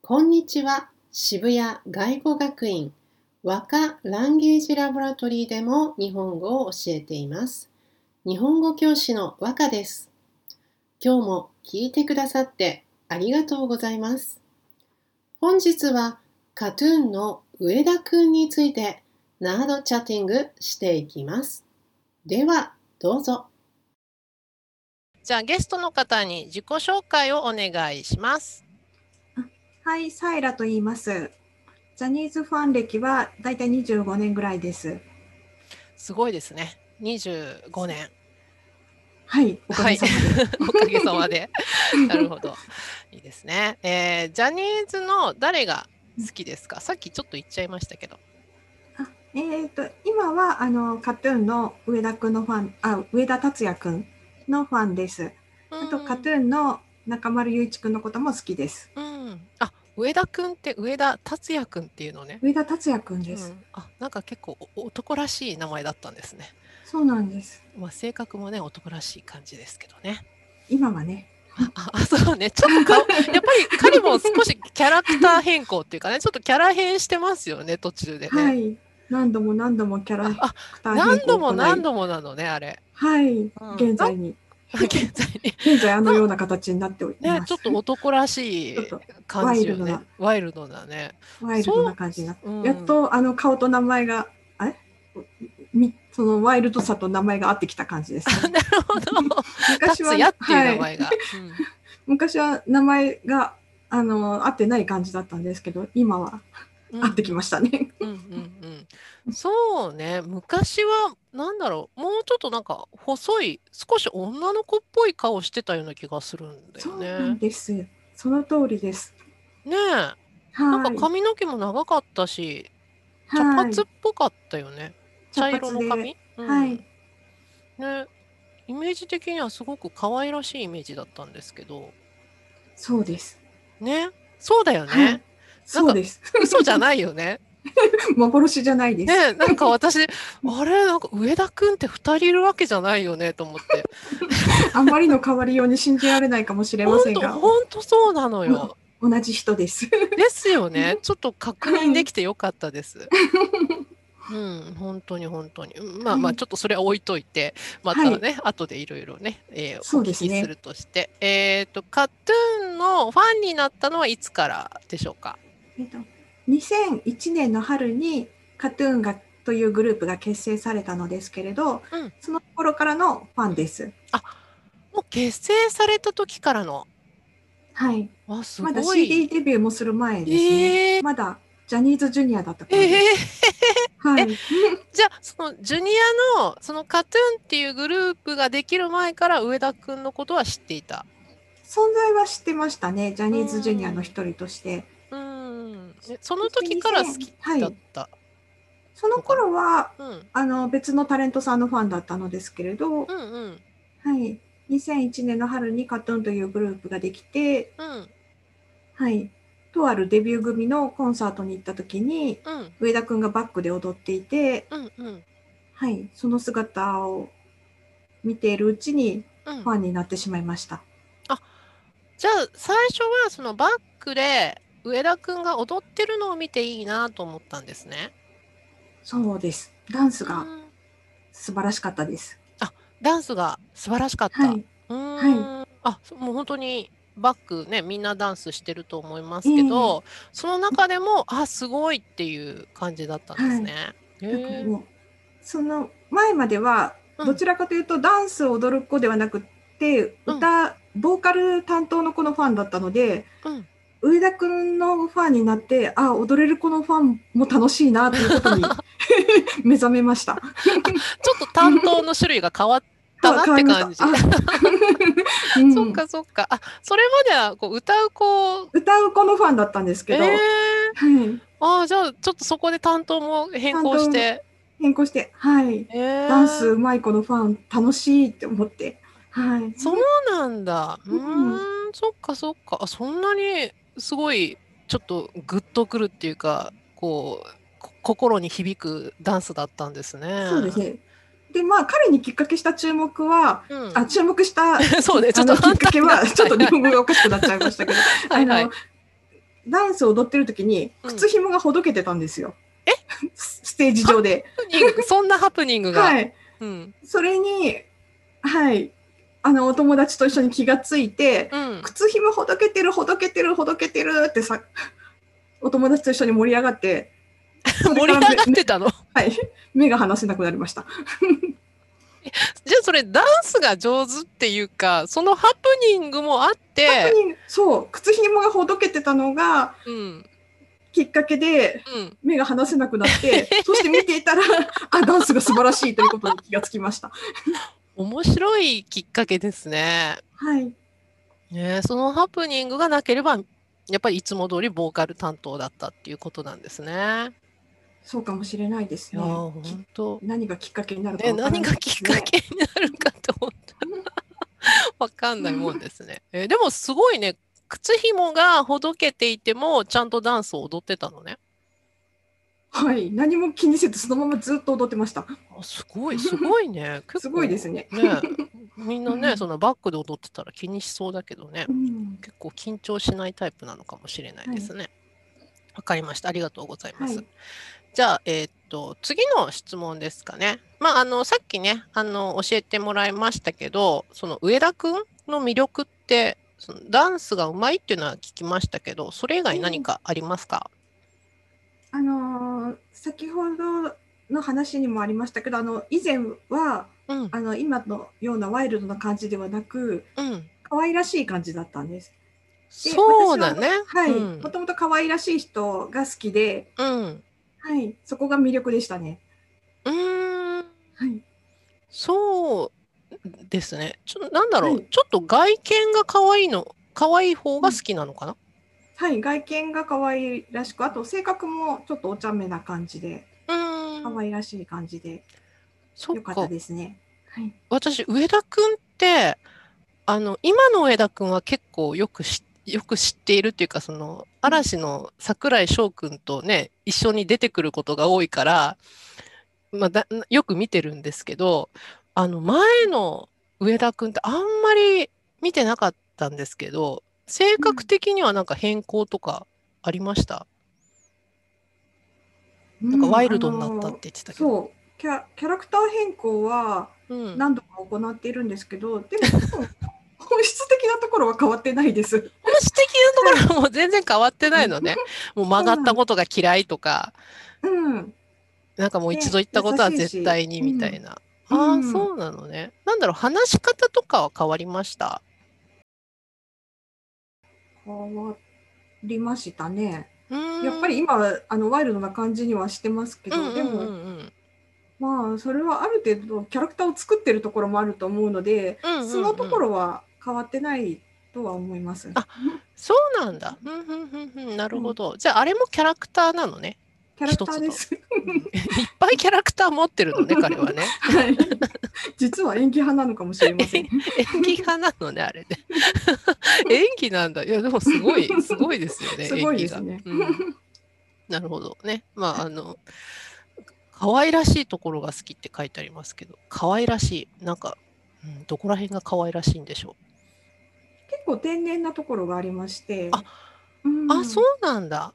こんにちは。渋谷外語学院和歌ランゲージラボラトリーでも日本語を教えています。日本語教師の和歌です。今日も聞いてくださってありがとうございます。本日はカトゥーンの上田くんについてナードチャッティングしていきます。ではどうぞ。 じゃあゲストの方に自己紹介をお願いします。 はい、サイラと言います。ジャニーズファン歴はだいたい25年ぐらいです。 すごいですね。25年。 はい、おかげさまで。 おかげさまで。なるほど。いいですね。ジャニーズの誰が好きですか？さっきちょっと言っちゃいましたけど。 今はカトゥーンの上田くんのファン、上田達也くんのファンです。あとカトゥーンの中丸雄一くんのことも好きです。 上田くんって上田達也くんっていうのね。 上田達也くんです。 なんか結構男らしい名前だったんですね。 そうなんです。 性格もね男らしい感じですけどね。 今はね。 そうね。ちょっとやっぱり彼も少しキャラクター変更っていうかね、ちょっとキャラ変してますよね、途中でね。 はい。何度もキャラクター変何度更を行い。 も何度もなのね、あれ。 はい。現在あのような形になっております。 ね、ちょっと男らしい感じよね。ワイルドなね。 ワイルドな感じになって、やっと顔と名前がそのワイルドさと名前が合ってきた感じです、 ね。なるほど。昔はっていう名前が。 昔は名前が合ってない感じだったんですけど、今は合ってきましたね。 そうね。昔はなんだろう、もうちょっとなんか細い、少し女の子っぽい顔してたような気がするんだよね。 そうなんです。その通りです。 ねえ。なんか髪の毛も長かったし、茶髪っぽかったよね。茶色の髪。 はい。 ね。イメージ的にはすごく可愛らしいイメージだったんですけど。 そうです。 ね。そうだよね。 そうです。 嘘じゃないよね。 幻じゃないです。 ね、なんか私、あれ、なんか上田くんって2人いるわけじゃないよねと思って。 あんまりの変わりように信じられないかもしれませんが。 本当そうなのよ。 同じ人です。 ですよね。ちょっと確認できてよかったです。本当に本当に。まあちょっとそれは置いといて、またね、後でいろいろね、お聞きするとして。カトゥーンのファンになったのはいつからでしょうか ？2001年の春にカトゥーンというグループが結成されたのですけれど、その頃からのファンです。 もう結成された時からの。 はい。 すごい。 まだ CD デビューもする前ですね。まだジャニーズジュニアだった頃です。 じゃあそのジュニアのそのカトゥーンっていうグループができる前から上田くんのことは知っていた？ 存在は知ってましたね。ジャニーズジュニアの一人として。 その時から好きだった。 その頃は、別のタレントさんのファンだったのですけれど、はい、2001年の春にカトゥーンというグループができて、はい、とあるデビュー組のコンサートに行った時に、上田くんがバックで踊っていて、はい、その姿を見ているうちにファンになってしまいました。 じゃあ最初はそのバックで上田くんが踊ってるのを見ていいなと思ったんですね。 そうです。ダンスが素晴らしかったです。 ダンスが素晴らしかった。もう本当にバックね、みんなダンスしてると思いますけど、その中でもすごいっていう感じだったんですね。 だからもうその前まではどちらかというとダンスを踊る子ではなくて、ボーカル担当の子のファンだったので、上田くんのファンになって踊れる子のファンも楽しいなということに目覚めました。 ちょっと担当の種類が変わったなって感じ。そっかそっか。それまではこう歌う子のファンだったんですけど、 じゃあちょっとそこで担当も変更して、 はい、ダンスうまい子のファン楽しいって思って、はい。 そうなんだ。そっかそっか。そんなにすごいちょっとグッとくるっていうか、こう心に響くダンスだったんですね。 そうですね。で彼にきっかけした注目は、注目したそうね、ちょっときっかけはちょっと日本語がおかしくなっちゃいましたけど、 ダンスを踊ってる時に靴紐がほどけてたんですよ。ステージ上で。 そんなハプニングが。 はい。それに、はい。お友達と一緒に気がついて、靴紐ほどけてるってお友達と一緒に盛り上がって、 盛り上がってたの？ はい。目が離せなくなりました。 じゃあそれダンスが上手っていうか、そのハプニングもあって、 そう、靴紐がほどけてたのが、きっかけで目が離せなくなって、そして見ていたら、ダンスが素晴らしいということに気がつきました。 面白いきっかけですね。 はい。 そのハプニングがなければ、やっぱりいつも通りボーカル担当だったっていうことなんですね。 そうかもしれないですね。 本当。 何がきっかけになるか分からない何がきっかけになるかって本当わかんないもんですね。でもすごいね、靴紐がほどけていてもちゃんとダンスを踊ってたのね。 はい、何も気にせずそのままずっと踊ってました。 すごいね。 すごいですね。 みんなね、そのバックで踊ってたら気にしそうだけどね、結構緊張しないタイプなのかもしれないですね。わかりました。ありがとうございます。じゃあ、次の質問ですかね。さっきね、教えてもらいましたけど、その上田くんの魅力って、そのダンスがうまいっていうのは聞きましたけど、それ以外何かありますか？ 先ほどの話にもありましたけど、以前は、今のようなワイルドな感じではなく、可愛らしい感じだったんです。 そうだね。 はい。もともと可愛らしい人が好きで、はい。そこが魅力でしたね。 はい。そうですね。なんだろう、ちょっと外見が可愛い方が好きなのかな？ はい。外見が可愛らしく、あと性格もちょっとお茶目な感じで、可愛らしい感じで、よかったですね。はい。 私、上田くんって、今の上田くんは結構よく知っているっていうか、その嵐の櫻井翔くんとね、一緒に出てくることが多いから、よく見てるんですけど、前の上田くんってあんまり見てなかったんですけど、性格的にはなんか変更とかありました？なんかワイルドになったって言ってたけど。 そう、キャラクター変更は何度か行っているんですけど、でも本質的なところは変わってないです。 本質的なところはもう全然変わってないのね。もう曲がったことが嫌いとか、なんかもう一度言ったことは絶対にみたいな。そうなのね。なんだろう、話し方とかは変わりました？ 変わりましたね。やっぱり今はワイルドな感じにはしてますけど、でもまあそれはある程度キャラクターを作ってるところもあると思うので、そのところは変わってないとは思います。 そうなんだ。なるほど。じゃああれもキャラクターなのね。 キャラクターです。いっぱいキャラクター持ってるのね、彼はね。 はい。実は演技派なのかもしれません。 演技派なのね、あれね。演技なんだ。いや、でもすごいですよね、 すごいですね。 なるほどね。可愛らしいところが好きって書いてありますけど、可愛らしい。なんか、どこら辺が可愛らしいんでしょう。 結構天然なところがありまして。 そうなんだ。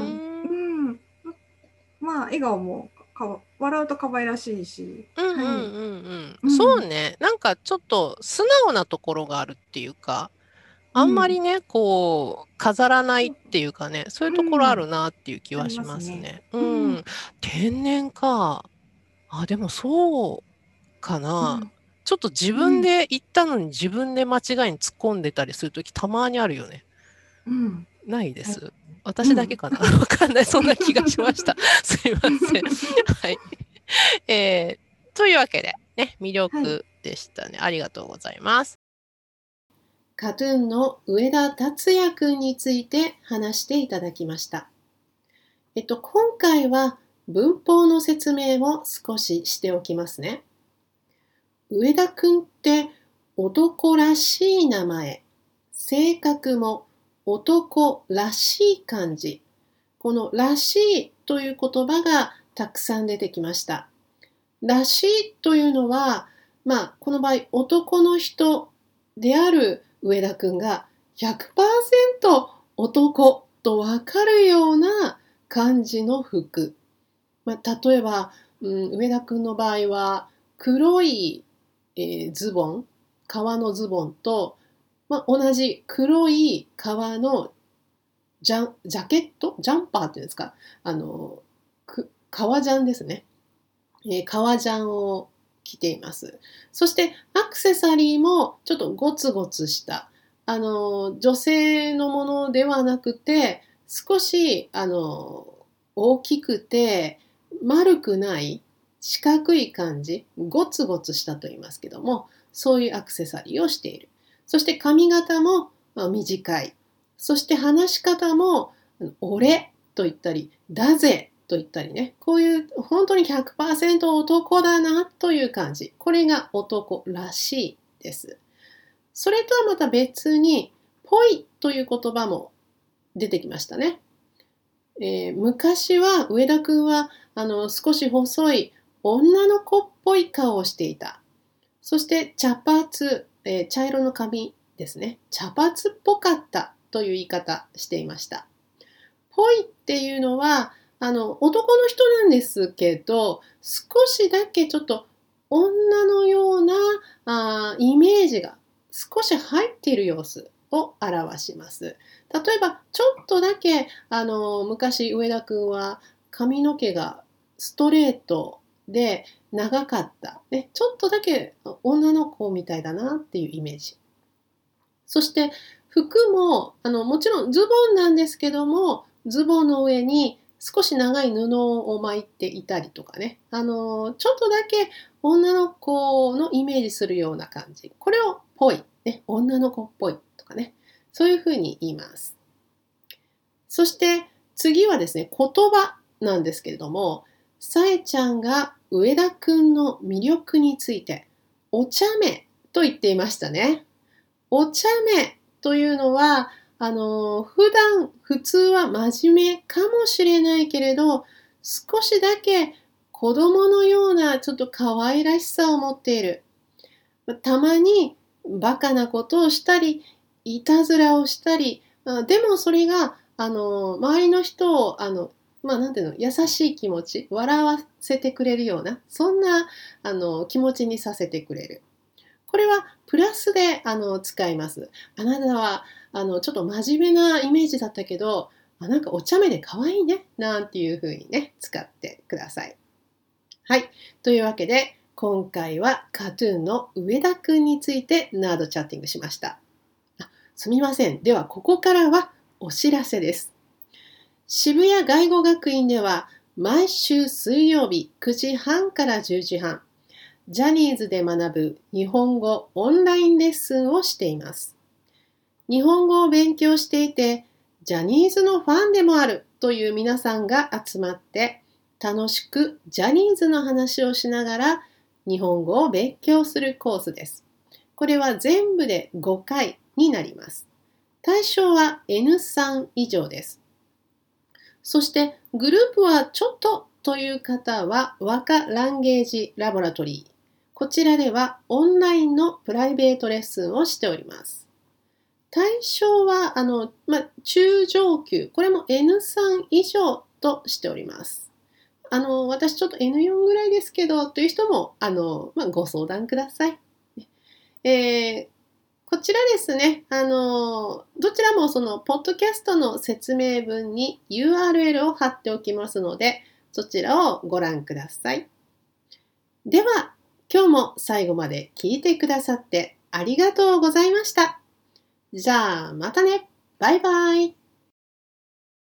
まあ、笑顔も笑うと可愛らしいし。 そうね。なんかちょっと素直なところがあるっていうか、あんまりね、こう、飾らないっていうかね、そういうところあるなっていう気はしますね。天然か。でもそうかな。ちょっと自分で言ったのに自分で間違いに突っ込んでたりするときたまにあるよね。ないです。私だけかな。わかんない。そんな気がしました。すいません。はい。というわけで、ね、魅力でしたね。ありがとうございます。 カトゥーンの上田達也くんについて話していただきました。今回は文法の説明を少ししておきますね。上田くんって男らしい名前、性格も男らしい感じ。このらしいという言葉がたくさん出てきました。らしいというのは、この場合男の人である上田くんが 100% 男とわかるような感じの服。例えば、上田くんの場合は黒い、ズボン、革のズボンと、同じ黒い革のジャケット、ジャンパーっていうんですか、革ジャンですね。革ジャンを着ています。そしてアクセサリーもちょっとゴツゴツした、女性のものではなくて、少し大きくて丸くない四角い感じ、ゴツゴツしたと言いますけども、そういうアクセサリーをしている。そして髪型も短い。そして話し方も俺と言ったり、だぜと言ったりね、こういう本当に 100% 男だなという感じ。これが男らしいです。それとはまた別に、ぽいという言葉も出てきましたね。昔は上田くんは少し細い女の子っぽい顔をしていた。そして茶髪、茶色の髪ですね。茶髪っぽかったという言い方していました。ぽいっていうのは男の人なんですけど、少しだけちょっと女のようなイメージが少し入っている様子を表します。例えばちょっとだけ昔上田くんは髪の毛がストレートで長かった、ね、ちょっとだけ女の子みたいだなっていうイメージ。そして服ももちろんズボンなんですけども、ズボンの上に少し長い布を巻いていたりとかね、ちょっとだけ女の子のイメージするような感じ。これをぽい、ね、女の子っぽいとかね、そういうふうに言います。そして次はですね、言葉なんですけれども、さえちゃんが上田くんの魅力について、お茶目と言っていましたね。お茶目というのは、普通は真面目かもしれないけれど、少しだけ子供のようなちょっと可愛らしさを持っている。たまにバカなことをしたり、いたずらをしたり、でもそれが、周りの人を、なんていうの、優しい気持ち、笑わせてくれるような、そんな、気持ちにさせてくれる。これはプラスで使います。あなたはちょっと真面目なイメージだったけど、なんかお茶目で可愛いねなんていう風にね使ってください。はい。というわけで今回はKAT−TUNの上田くんについてナードチャッティングしました。すみません。ではここからはお知らせです。渋谷外語学院では毎週水曜日9時半から10時半、ジャニーズで学ぶ日本語オンラインレッスンをしています。日本語を勉強していて、ジャニーズのファンでもあるという皆さんが集まって、楽しくジャニーズの話をしながら日本語を勉強するコースです。これは全部で5回になります。対象は N3 以上です。そしてグループはちょっとという方は和歌ランゲージラボラトリー。こちらではオンラインのプライベートレッスンをしております。対象は中上級、これも N3 以上としております。私ちょっと N4 ぐらいですけどという人もご相談ください。こちらですね、どちらもそのポッドキャストの説明文に URL を貼っておきますので、そちらをご覧ください。では、今日も最後まで聞いてくださってありがとうございました。じゃあまたね。バイバイ。